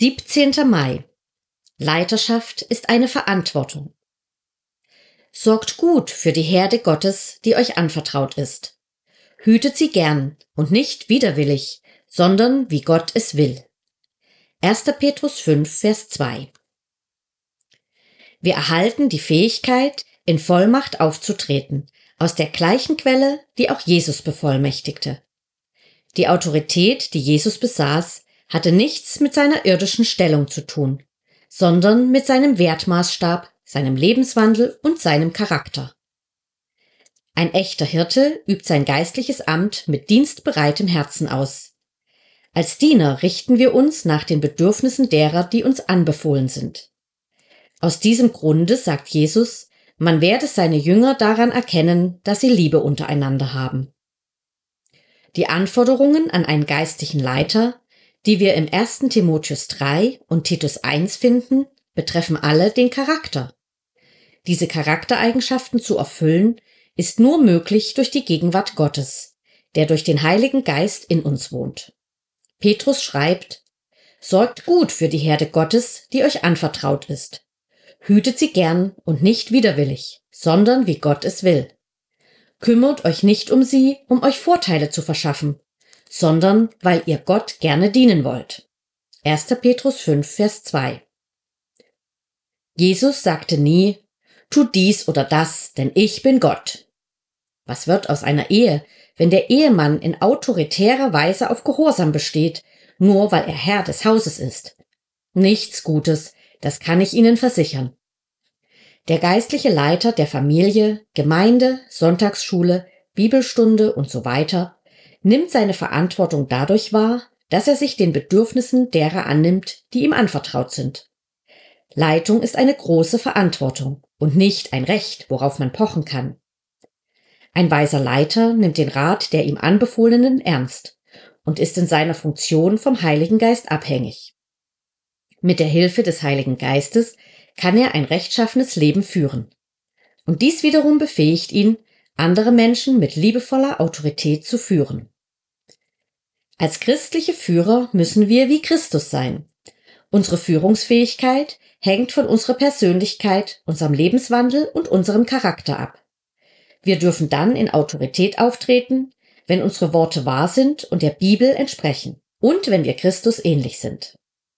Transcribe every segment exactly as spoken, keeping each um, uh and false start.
siebzehnter Mai. Leiterschaft ist eine Verantwortung. Sorgt gut für die Herde Gottes, die euch anvertraut ist. Hütet sie gern und nicht widerwillig, sondern wie Gott es will. erster Petrus fünf, Vers zwei. Wir erhalten die Fähigkeit, in Vollmacht aufzutreten, aus der gleichen Quelle, die auch Jesus bevollmächtigte. Die Autorität, die Jesus besaß, hatte nichts mit seiner irdischen Stellung zu tun, sondern mit seinem Wertmaßstab, seinem Lebenswandel und seinem Charakter. Ein echter Hirte übt sein geistliches Amt mit dienstbereitem Herzen aus. Als Diener richten wir uns nach den Bedürfnissen derer, die uns anbefohlen sind. Aus diesem Grunde sagt Jesus, man werde seine Jünger daran erkennen, dass sie Liebe untereinander haben. Die Anforderungen an einen geistlichen Leiter, die wir im ersten Timotheus drei und Titus eins finden, betreffen alle den Charakter. Diese Charaktereigenschaften zu erfüllen, ist nur möglich durch die Gegenwart Gottes, der durch den Heiligen Geist in uns wohnt. Petrus schreibt: Sorgt gut für die Herde Gottes, die euch anvertraut ist. Hütet sie gern und nicht widerwillig, sondern wie Gott es will. Kümmert euch nicht um sie, um euch Vorteile zu verschaffen, sondern weil ihr Gott gerne dienen wollt. erster Petrus fünf, Vers zwei. Jesus sagte nie, tu dies oder das, denn ich bin Gott. Was wird aus einer Ehe, wenn der Ehemann in autoritärer Weise auf Gehorsam besteht, nur weil er Herr des Hauses ist? Nichts Gutes, das kann ich Ihnen versichern. Der geistliche Leiter der Familie, Gemeinde, Sonntagsschule, Bibelstunde und so weiter nimmt seine Verantwortung dadurch wahr, dass er sich den Bedürfnissen derer annimmt, die ihm anvertraut sind. Leitung ist eine große Verantwortung und nicht ein Recht, worauf man pochen kann. Ein weiser Leiter nimmt den Rat der ihm Anbefohlenen ernst und ist in seiner Funktion vom Heiligen Geist abhängig. Mit der Hilfe des Heiligen Geistes kann er ein rechtschaffenes Leben führen. Und dies wiederum befähigt ihn, andere Menschen mit liebevoller Autorität zu führen. Als christliche Führer müssen wir wie Christus sein. Unsere Führungsfähigkeit hängt von unserer Persönlichkeit, unserem Lebenswandel und unserem Charakter ab. Wir dürfen dann in Autorität auftreten, wenn unsere Worte wahr sind und der Bibel entsprechen und wenn wir Christus ähnlich sind.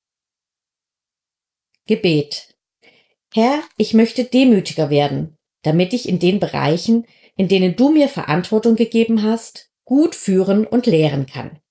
Gebet. Herr, ich möchte demütiger werden, damit ich in den Bereichen, in denen du mir Verantwortung gegeben hast, gut führen und lehren kann.